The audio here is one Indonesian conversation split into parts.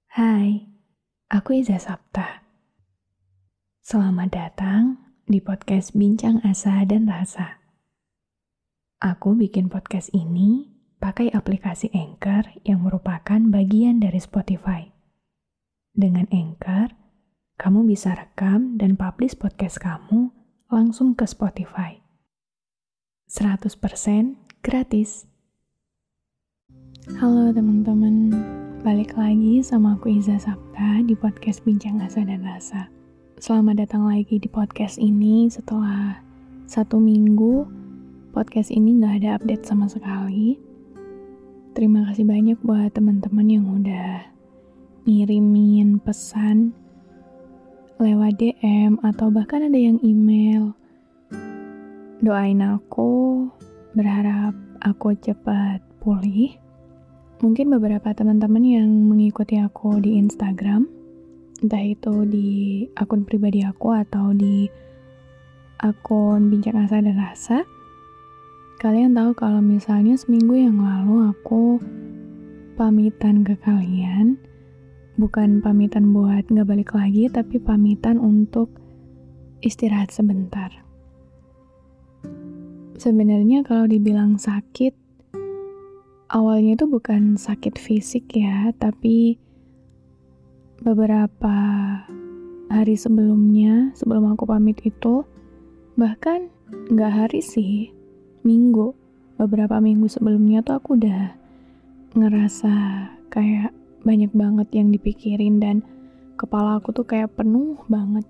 Hai, aku Iza Sapta. Selamat datang di podcast Bincang Asa dan Rasa. Aku bikin podcast ini pakai aplikasi Anchor yang merupakan bagian dari Spotify. Dengan Anchor, kamu bisa rekam dan publish podcast kamu langsung ke Spotify. 100% gratis. Halo teman-teman, balik lagi sama aku Iza Sapta di podcast Bincang Asa dan Rasa. Selamat datang lagi di podcast ini setelah 1 minggu podcast ini gak ada update sama sekali. Terima kasih banyak buat teman-teman yang udah ngirimin pesan lewat DM atau bahkan ada yang email. Doain aku, berharap aku cepat pulih. Mungkin beberapa teman-teman yang mengikuti aku di Instagram, entah itu di akun pribadi aku atau di akun Bincang Asa dan Rasa, kalian tahu kalau misalnya seminggu yang lalu aku pamitan ke kalian, bukan pamitan buat gak balik lagi, tapi pamitan untuk istirahat sebentar. Sebenarnya kalau dibilang sakit, awalnya itu bukan sakit fisik ya, tapi beberapa hari sebelumnya, sebelum aku pamit itu, bahkan gak hari sih, minggu. Beberapa minggu sebelumnya tuh aku udah ngerasa kayak banyak banget yang dipikirin dan kepala aku tuh kayak penuh banget.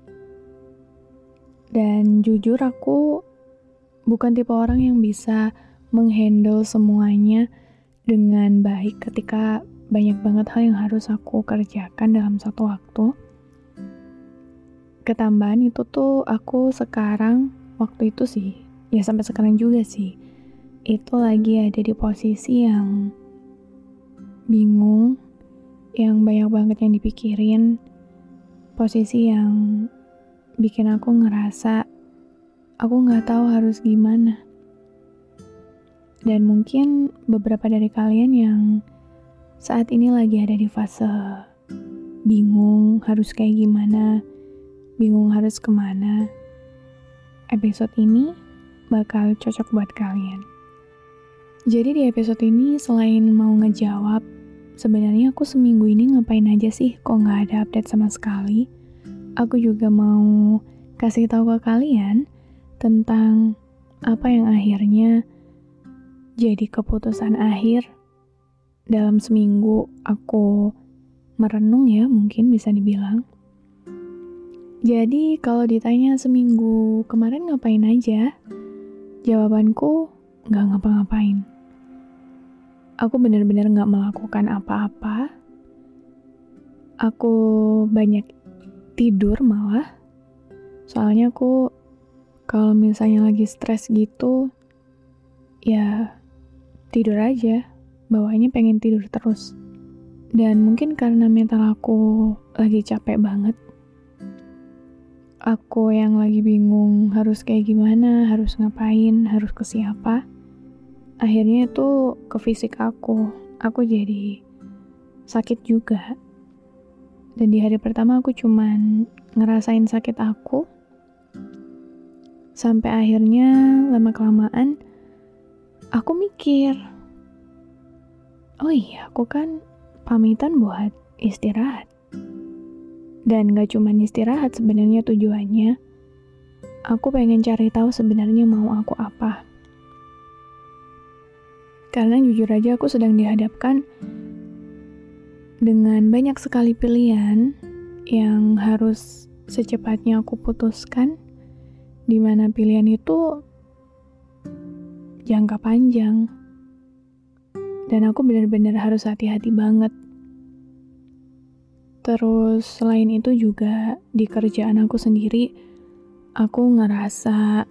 Dan jujur aku bukan tipe orang yang bisa menghandle semuanya dengan baik ketika banyak banget hal yang harus aku kerjakan dalam satu waktu. Ketambahan itu tuh aku sekarang, waktu itu sih, ya sampai sekarang juga sih, itu lagi ada di posisi yang bingung, yang banyak banget yang dipikirin, posisi yang bikin aku ngerasa aku gak tahu harus gimana. Dan mungkin beberapa dari kalian yang saat ini lagi ada di fase bingung harus kayak gimana, bingung harus kemana, episode ini bakal cocok buat kalian. Jadi di episode ini selain mau ngejawab, sebenarnya aku seminggu ini ngapain aja sih kok gak ada update sama sekali, aku juga mau kasih tahu ke kalian tentang apa yang akhirnya jadi keputusan akhir dalam seminggu aku merenung ya, mungkin bisa dibilang. Jadi kalau ditanya seminggu kemarin ngapain aja, jawabanku gak ngapa-ngapain. Aku benar-benar gak melakukan apa-apa. Aku banyak tidur malah. Soalnya aku kalau misalnya lagi stres gitu, ya tidur aja, bawaannya pengen tidur terus. Dan mungkin karena mental aku lagi capek banget, aku yang lagi bingung harus kayak gimana, harus ngapain, harus ke siapa, akhirnya itu ke fisik aku jadi sakit juga. Dan di hari pertama aku cuman ngerasain sakit aku, sampai akhirnya lama-kelamaan aku mikir, oh iya, aku kan pamitan buat istirahat. Dan gak cuma istirahat sebenarnya tujuannya. Aku pengen cari tahu sebenarnya mau aku apa. Karena jujur aja aku sedang dihadapkan dengan banyak sekali pilihan yang harus secepatnya aku putuskan, di mana pilihan itu jangka panjang. Dan aku benar-benar harus hati-hati banget. Terus selain itu juga di kerjaan aku sendiri, aku ngerasa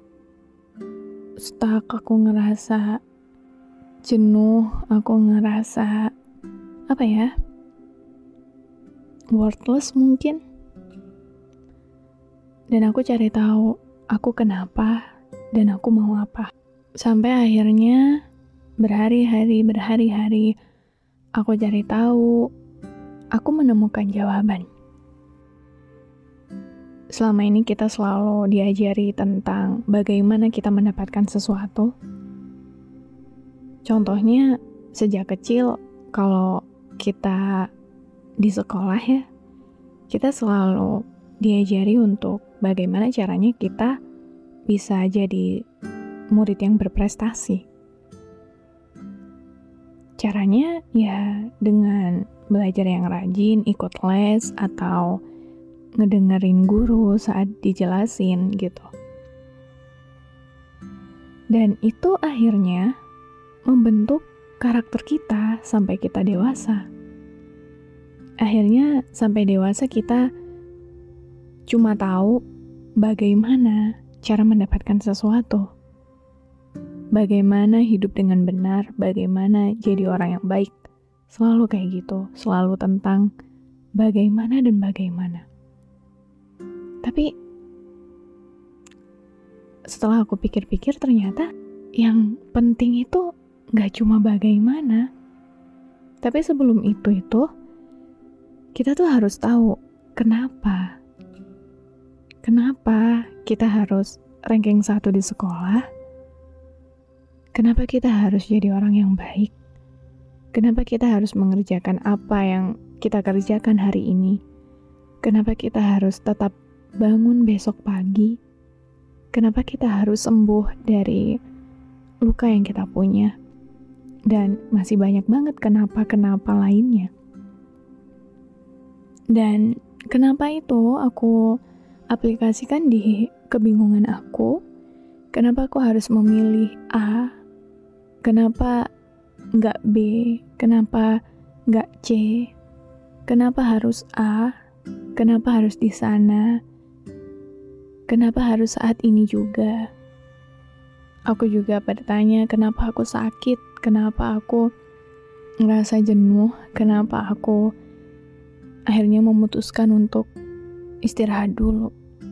stuck, aku ngerasa jenuh, aku ngerasa worthless mungkin. Dan aku cari tahu aku kenapa dan aku mau apa. Sampai akhirnya berhari-hari aku cari tahu aku menemukan jawaban. Selama ini kita selalu diajari tentang bagaimana kita mendapatkan sesuatu. Contohnya, sejak kecil kalau kita di sekolah ya, kita selalu diajari untuk bagaimana caranya kita bisa jadi murid yang berprestasi. Caranya ya dengan belajar yang rajin, ikut les, atau ngedengerin guru saat dijelasin gitu. Dan itu akhirnya membentuk karakter kita sampai kita dewasa. Akhirnya sampai dewasa kita cuma tahu bagaimana cara mendapatkan sesuatu. Bagaimana hidup dengan benar, bagaimana jadi orang yang baik. Selalu kayak gitu, selalu tentang bagaimana dan bagaimana. Tapi setelah aku pikir-pikir ternyata yang penting itu gak cuma bagaimana. Tapi sebelum itu kita tuh harus tahu kenapa. Kenapa kita harus ranking 1 di sekolah? Kenapa kita harus jadi orang yang baik? Kenapa kita harus mengerjakan apa yang kita kerjakan hari ini? Kenapa kita harus tetap bangun besok pagi? Kenapa kita harus sembuh dari luka yang kita punya? Dan masih banyak banget kenapa-kenapa lainnya. Dan kenapa itu aku aplikasikan di kebingungan aku? Kenapa aku harus memilih A? Kenapa nggak B? Kenapa nggak C? Kenapa harus A? Kenapa harus di sana? Kenapa harus saat ini juga? Aku juga bertanya, kenapa aku sakit? Kenapa aku ngerasa jenuh? Kenapa aku akhirnya memutuskan untuk istirahat dulu?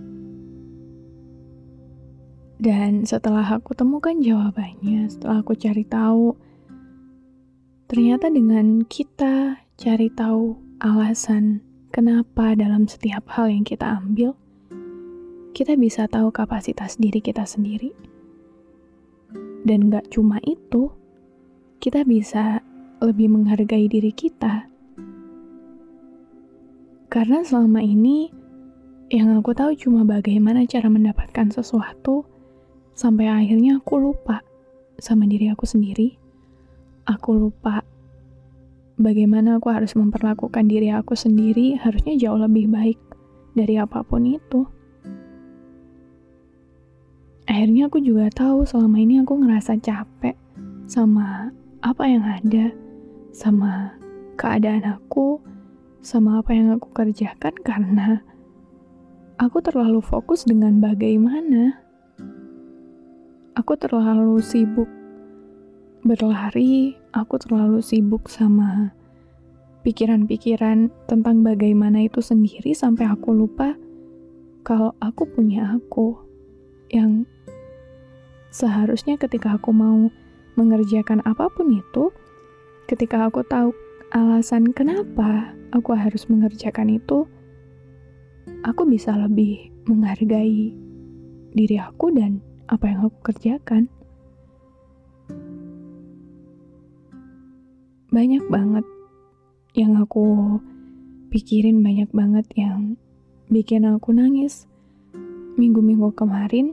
Dan setelah aku temukan jawabannya, setelah aku cari tahu, ternyata dengan kita cari tahu alasan kenapa dalam setiap hal yang kita ambil, kita bisa tahu kapasitas diri kita sendiri. Dan gak cuma itu, kita bisa lebih menghargai diri kita. Karena selama ini, yang aku tahu cuma bagaimana cara mendapatkan sesuatu, sampai akhirnya aku lupa sama diri aku sendiri. Aku lupa bagaimana aku harus memperlakukan diri aku sendiri harusnya jauh lebih baik dari apapun itu. Akhirnya aku juga tahu selama ini aku ngerasa capek sama apa yang ada, sama keadaan aku, sama apa yang aku kerjakan karena aku terlalu fokus dengan bagaimana. Aku terlalu sibuk berlari, aku terlalu sibuk sama pikiran-pikiran tentang bagaimana itu sendiri sampai aku lupa kalau aku punya aku yang seharusnya ketika aku mau mengerjakan apapun itu, ketika aku tahu alasan kenapa aku harus mengerjakan itu, aku bisa lebih menghargai diri aku dan apa yang aku kerjakan. Banyak banget yang aku pikirin, banyak banget yang bikin aku nangis minggu-minggu kemarin.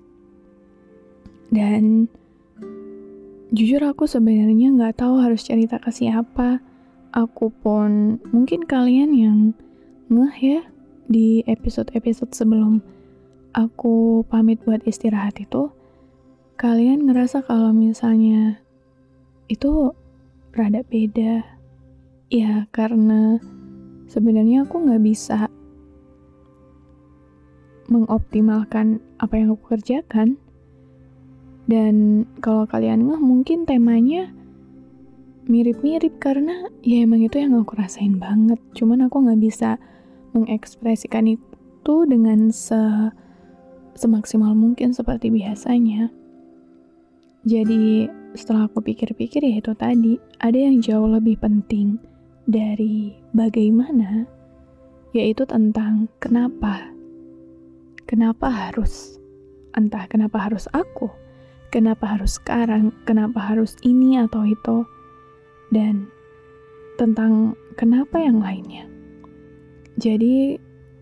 Dan jujur aku sebenarnya gak tahu harus cerita ke siapa. Aku pun, mungkin kalian yang ngeh ya di episode-episode sebelum aku pamit buat istirahat itu, kalian ngerasa kalau misalnya itu rada beda. Ya karena sebenarnya aku gak bisa mengoptimalkan apa yang aku kerjakan. Dan kalau kalian ngeh mungkin temanya mirip-mirip karena ya emang itu yang aku rasain banget. Cuman aku gak bisa mengekspresikan itu dengan semaksimal mungkin seperti biasanya. Jadi setelah aku pikir-pikir ya itu tadi, ada yang jauh lebih penting dari bagaimana, yaitu tentang kenapa. Kenapa harus? Entah kenapa harus aku, kenapa harus sekarang, kenapa harus ini atau itu, dan tentang kenapa yang lainnya. Jadi,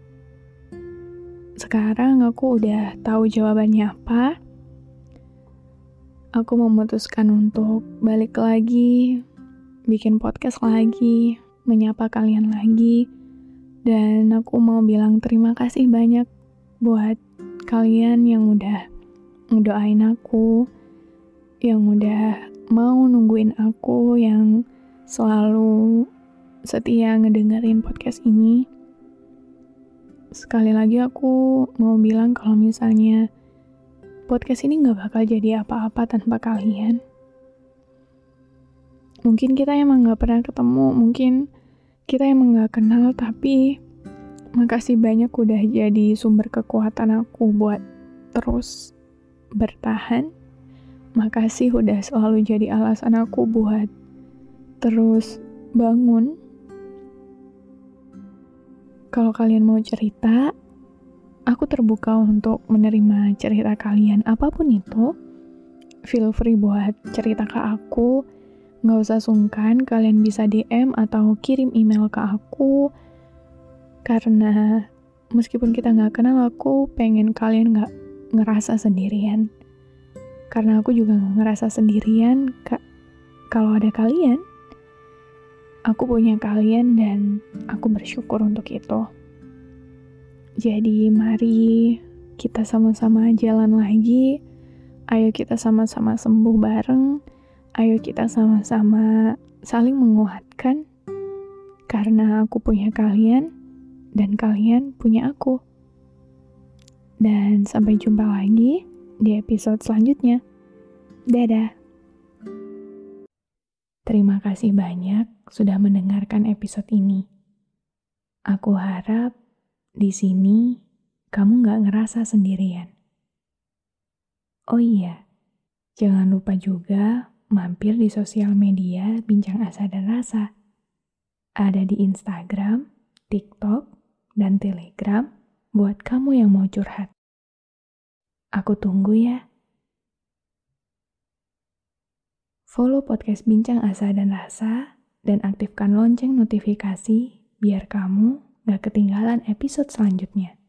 sekarang aku udah tahu jawabannya apa. Aku memutuskan untuk balik lagi, bikin podcast lagi, menyapa kalian lagi. Dan aku mau bilang terima kasih banyak buat kalian yang udah ngedoain aku, yang udah mau nungguin aku, yang selalu setia ngedengerin podcast ini. Sekali lagi aku mau bilang kalau misalnya podcast ini gak bakal jadi apa-apa tanpa kalian. Mungkin kita emang gak pernah ketemu, mungkin kita emang gak kenal, tapi makasih banyak udah jadi sumber kekuatan aku buat terus bertahan. Makasih udah selalu jadi alasan aku buat terus bangun. Kalau kalian mau cerita, aku terbuka untuk menerima cerita kalian, apapun itu. Feel free buat cerita ke aku. Nggak usah sungkan, kalian bisa DM atau kirim email ke aku. Karena meskipun kita nggak kenal, aku pengen kalian nggak ngerasa sendirian. Karena aku juga nggak ngerasa sendirian kalau ada kalian. Aku punya kalian dan aku bersyukur untuk itu. Jadi mari kita sama-sama jalan lagi. Ayo kita sama-sama sembuh bareng. Ayo kita sama-sama saling menguatkan. Karena aku punya kalian dan kalian punya aku. Dan sampai jumpa lagi di episode selanjutnya. Dadah. Terima kasih banyak sudah mendengarkan episode ini. Aku harap di sini kamu gak ngerasa sendirian. Oh iya, jangan lupa juga mampir di sosial media Bincang Asa dan Rasa. Ada di Instagram, TikTok, dan Telegram buat kamu yang mau curhat. Aku tunggu ya. Follow podcast Bincang Asa dan Rasa dan aktifkan lonceng notifikasi biar kamu gak ketinggalan episode selanjutnya.